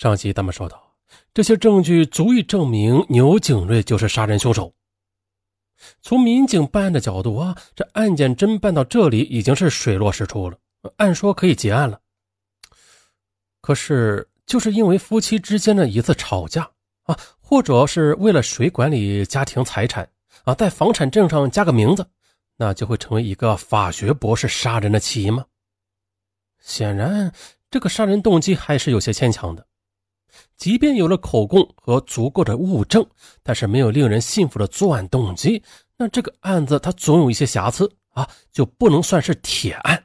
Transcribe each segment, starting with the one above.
上集咱们说到，这些证据足以证明牛景瑞就是杀人凶手。从民警办案的角度啊，这案件侦办到这里已经是水落石出了，按说可以结案了。可是就是因为夫妻之间的一次吵架啊，或者是为了谁管理家庭财产啊，在房产证上加个名字，那就会成为一个法学博士杀人的起因吗？显然这个杀人动机还是有些牵强的。即便有了口供和足够的物证，但是没有令人信服的作案动机，那这个案子它总有一些瑕疵啊，就不能算是铁案。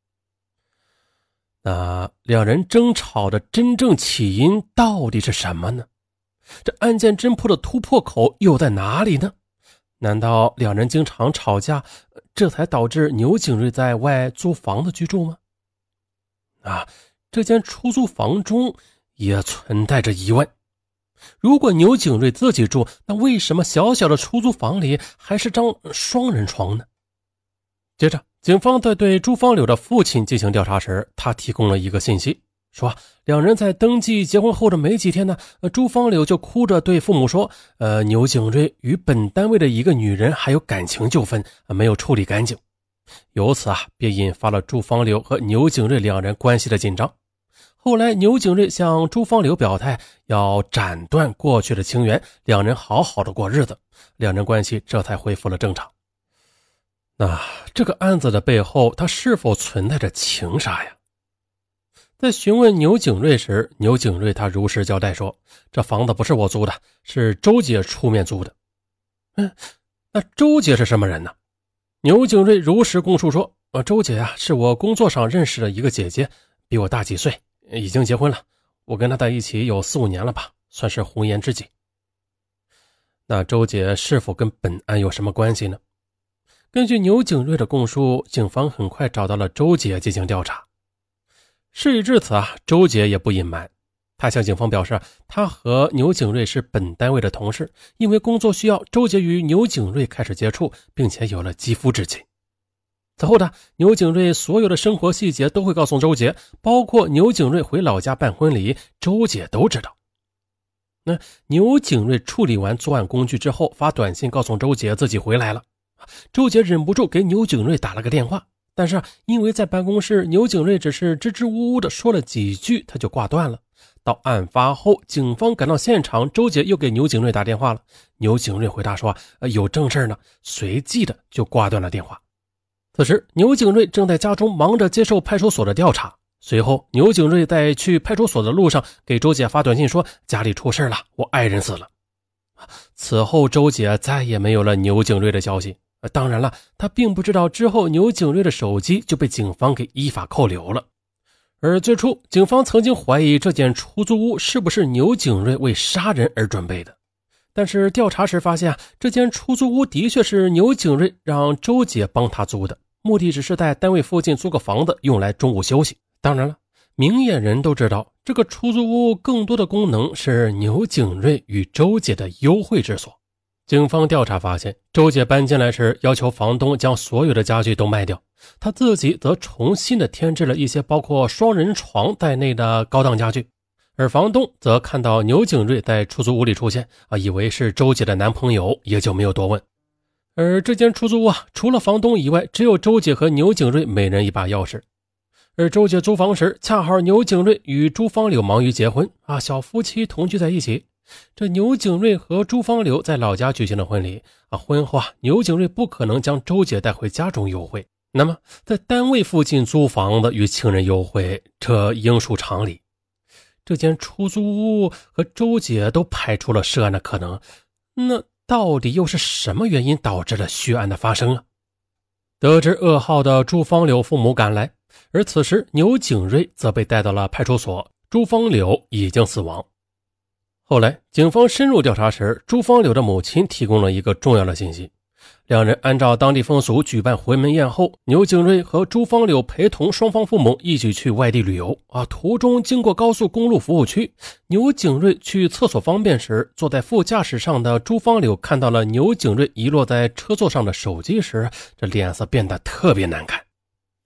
那两人争吵的真正起因到底是什么呢？这案件侦破的突破口又在哪里呢？难道两人经常吵架，这才导致牛景瑞在外租房子居住吗？这间出租房中也存在着疑问。如果牛景瑞自己住，那为什么小小的出租房里还是张双人床呢？接着警方在对朱芳柳的父亲进行调查时，他提供了一个信息，说两人在登记结婚后的没几天呢，朱芳柳就哭着对父母说，牛景瑞与本单位的一个女人还有感情纠纷，没有处理干净。由此便引发了朱芳柳和牛景瑞两人关系的紧张。后来牛景瑞向朱芳柳表态要斩断过去的情缘，两人好好的过日子，两人关系这才恢复了正常。那这个案子的背后，它是否存在着情杀呀？在询问牛景瑞时，牛景瑞他如实交代说，这房子不是我租的，是周姐出面租的。那周姐是什么人呢？牛景瑞如实供述说，周姐是我工作上认识的一个姐姐，比我大几岁，已经结婚了，我跟她在一起有4-5年了吧，算是红颜知己。那周姐是否跟本案有什么关系呢？根据牛景瑞的供述，警方很快找到了周姐进行调查。事已至此周姐也不隐瞒，她向警方表示，她和牛景瑞是本单位的同事，因为工作需要，周姐与牛景瑞开始接触，并且有了肌肤之亲。此后牛景瑞所有的生活细节都会告诉周姐，包括牛景瑞回老家办婚礼，周姐都知道。那牛景瑞处理完作案工具之后，发短信告诉周姐自己回来了。周姐忍不住给牛景瑞打了个电话，但是因为在办公室，牛景瑞只是支支吾吾的说了几句，他就挂断了。到案发后，警方赶到现场，周姐又给牛景瑞打电话了，牛景瑞回答说有正事呢，随即的就挂断了电话。此时牛景瑞正在家中忙着接受派出所的调查，随后牛景瑞在去派出所的路上给周姐发短信说，家里出事了，我爱人死了。此后周姐再也没有了牛景瑞的消息，当然了，他并不知道之后牛景瑞的手机就被警方给依法扣留了。而最初警方曾经怀疑这间出租屋是不是牛景瑞为杀人而准备的，但是调查时发现这间出租屋的确是牛景瑞让周姐帮他租的，目的只是在单位附近租个房子用来中午休息。当然了，明眼人都知道这个出租屋更多的功能是牛景瑞与周姐的幽会之所。警方调查发现，周姐搬进来时要求房东将所有的家具都卖掉，她自己则重新的添置了一些包括双人床在内的高档家具。而房东则看到牛景瑞在出租屋里出现以为是周姐的男朋友，也就没有多问。而这间出租屋除了房东以外，只有周姐和牛景瑞每人一把钥匙。而周姐租房时，恰好牛景瑞与朱芳柳忙于结婚小夫妻同居在一起。这牛景瑞和朱芳柳在老家举行了婚礼婚后牛景瑞不可能将周姐带回家中幽会，那么在单位附近租房子与情人幽会，这应属常理。这间出租屋和周姐都排除了涉案的可能，那到底又是什么原因导致了血案的发生啊？得知噩耗的朱芳柳父母赶来，而此时牛景瑞则被带到了派出所，朱芳柳已经死亡。后来警方深入调查时，朱芳柳的母亲提供了一个重要的信息，两人按照当地风俗举办回门宴后，牛景瑞和朱芳柳陪同双方父母一起去外地旅游途中经过高速公路服务区，牛景瑞去厕所方便时，坐在副驾驶上的朱芳柳看到了牛景瑞遗落在车座上的手机时，这脸色变得特别难看。接着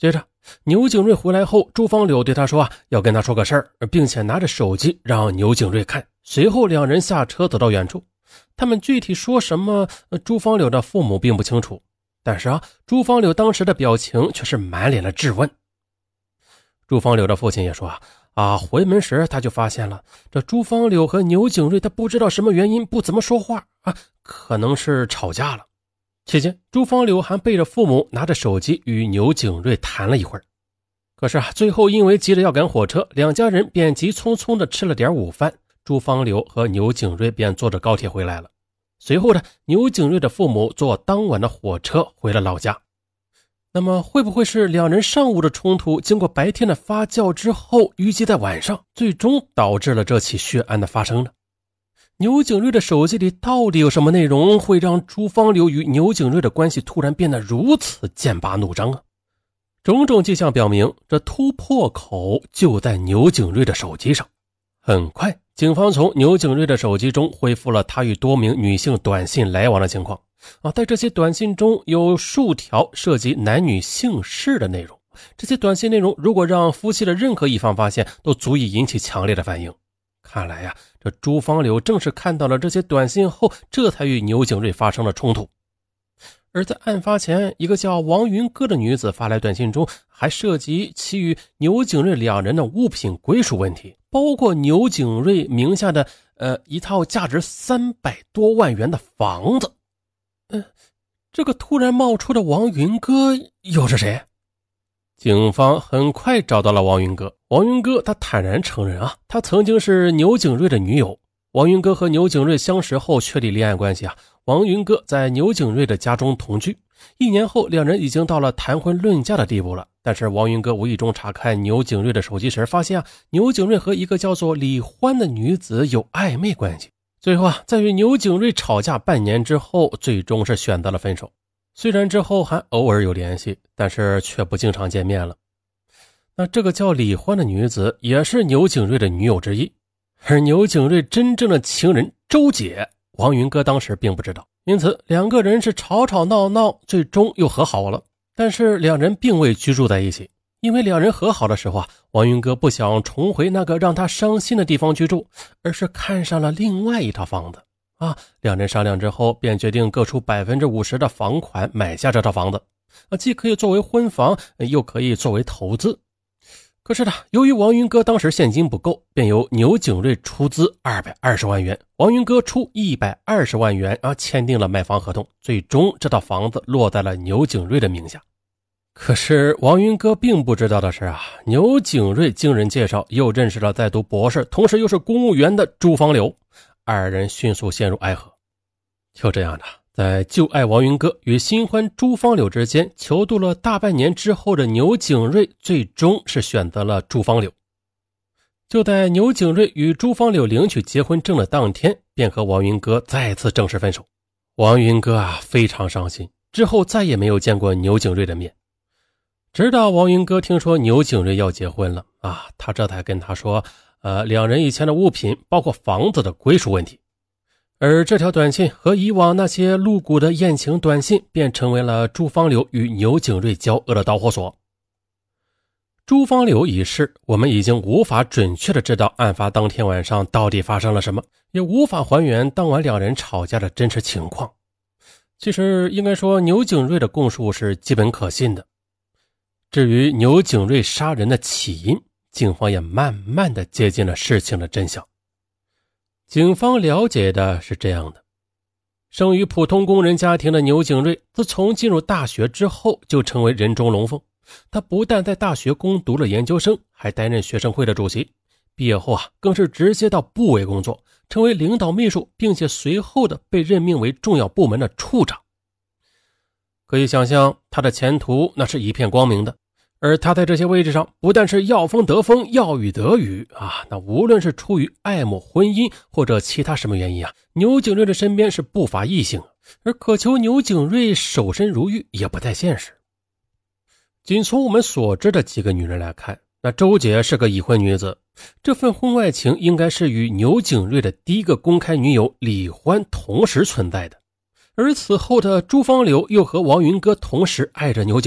牛景瑞回来后，朱芳柳对他说要跟他说个事儿，并且拿着手机让牛景瑞看。随后两人下车走到远处，他们具体说什么，朱芳柳的父母并不清楚，但是朱芳柳当时的表情却是满脸的质问。朱芳柳的父亲也说回门时他就发现了这朱芳柳和牛景瑞他不知道什么原因不怎么说话可能是吵架了。期间朱芳柳还背着父母拿着手机与牛景瑞谈了一会儿。可是最后因为急着要赶火车，两家人便急匆匆的吃了点午饭，朱芳柳和牛景瑞便坐着高铁回来了。随后牛景瑞的父母坐当晚的火车回了老家。那么会不会是两人上午的冲突经过白天的发酵之后淤积在晚上，最终导致了这起血案的发生呢？牛景瑞的手机里到底有什么内容会让朱芳柳与牛景瑞的关系突然变得如此剑拔弩张种种迹象表明，这突破口就在牛景瑞的手机上。很快警方从牛景瑞的手机中恢复了他与多名女性短信来往的情况在这些短信中有数条涉及男女姓氏的内容，这些短信内容如果让夫妻的任何一方发现，都足以引起强烈的反应。看来这朱芳柳正是看到了这些短信后，这才与牛景瑞发生了冲突。而在案发前，一个叫王云歌的女子发来短信中，还涉及其与牛景瑞两人的物品归属问题，包括牛景瑞名下的一套价值300多万元的房子。这个突然冒出的王云歌又是谁？警方很快找到了王云歌。王云歌他坦然承认他曾经是牛景瑞的女友。王云歌和牛景瑞相识后确立恋爱关系王云歌在牛景瑞的家中同居，1年后两人已经到了谈婚论嫁的地步了。但是王云歌无意中查看牛景瑞的手机时，发现牛景瑞和一个叫做李欢的女子有暧昧关系。最后在与牛景瑞吵架半年之后，最终是选择了分手。虽然之后还偶尔有联系，但是却不经常见面了。那这个叫李欢的女子也是牛景瑞的女友之一，而牛景瑞真正的情人周姐，王云歌当时并不知道，因此两个人是吵吵闹闹，最终又和好了。但是两人并未居住在一起，因为两人和好的时候王云歌不想重回那个让他伤心的地方居住，而是看上了另外一套房子两人商量之后便决定各出 50% 的房款买下这套房子既可以作为婚房，又可以作为投资。可是由于王云歌当时现金不够，便由牛景瑞出资220万元，王云歌出120万元签订了买房合同，最终这套房子落在了牛景瑞的名下。可是王云歌并不知道的是牛景瑞经人介绍又认识了在读博士同时又是公务员的朱芳柳，二人迅速陷入爱河。就这样在旧爱王云歌与新欢朱芳柳之间求渡了大半年之后的牛景瑞，最终是选择了朱芳柳。就在牛景瑞与朱芳柳领取结婚证的当天，便和王云歌再次正式分手。王云歌非常伤心，之后再也没有见过牛景瑞的面。直到王云歌听说牛景瑞要结婚了他这才跟他说两人以前的物品包括房子的归属问题。而这条短信和以往那些露骨的艳情短信便成为了朱芳柳与牛景瑞交恶的导火索。朱芳柳已逝，我们已经无法准确的知道案发当天晚上到底发生了什么，也无法还原当晚两人吵架的真实情况。其实应该说牛景瑞的供述是基本可信的。至于牛景瑞杀人的起因，警方也慢慢的接近了事情的真相。警方了解的是这样的，生于普通工人家庭的牛景瑞，自从进入大学之后就成为人中龙凤。他不但在大学攻读了研究生，还担任学生会的主席。毕业后更是直接到部委工作，成为领导秘书，并且随后的被任命为重要部门的处长。可以想象他的前途那是一片光明的。而他在这些位置上不但是要风得风，要雨得雨那无论是出于爱慕婚姻或者其他什么原因牛景瑞的身边是不乏异性，而渴求牛景瑞守身如玉也不太现实。仅从我们所知的几个女人来看，那周姐是个已婚女子，这份婚外情应该是与牛景瑞的第一个公开女友李欢同时存在的。而此后的朱芳柳又和王云歌同时爱着牛景瑞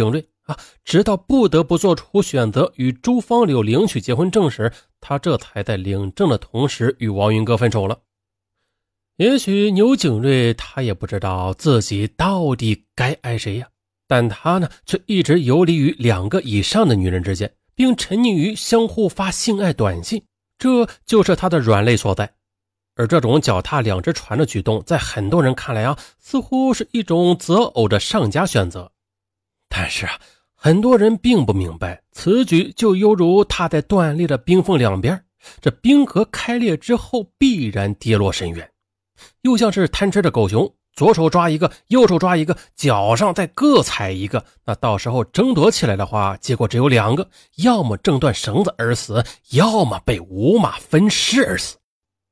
直到不得不做出选择与朱芳柳领取结婚证时，他这才在领证的同时与王云阁分手了。也许牛景瑞他也不知道自己到底该爱谁呀，但他呢却一直游离于2个以上的女人之间，并沉溺于相互发性爱短信，这就是他的软肋所在。而这种脚踏2只船的举动，在很多人看来似乎是一种择偶的上佳选择。但是很多人并不明白，此举就犹如踏在断裂的冰缝两边，这冰河开裂之后必然跌落深渊。又像是贪吃的狗熊，左手抓一个，右手抓一个，脚上再各踩一个，那到时候争夺起来的话，结果只有2个，要么挣断绳子而死，要么被五马分尸而死。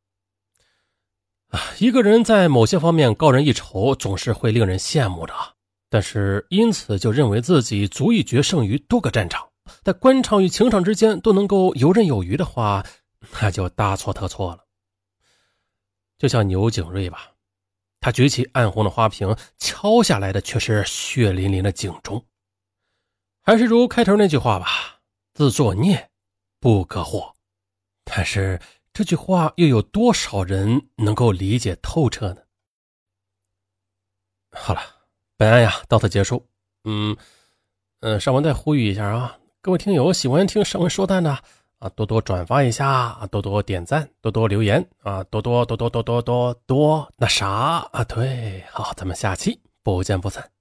一个人在某些方面高人一筹，总是会令人羡慕的，但是因此就认为自己足以决胜于多个战场，在官场与情场之间都能够游刃有余的话，那就大错特错了。就像牛景瑞吧，他举起暗红的花瓶，敲下来的却是血淋淋的警钟。还是如开头那句话吧，自作孽不可活。但是这句话又有多少人能够理解透彻呢？好了，本案到此结束。上文再呼吁一下各位听友喜欢听上文说案的多多转发一下多多点赞，多多留言多多那啥对，好，咱们下期不见不散。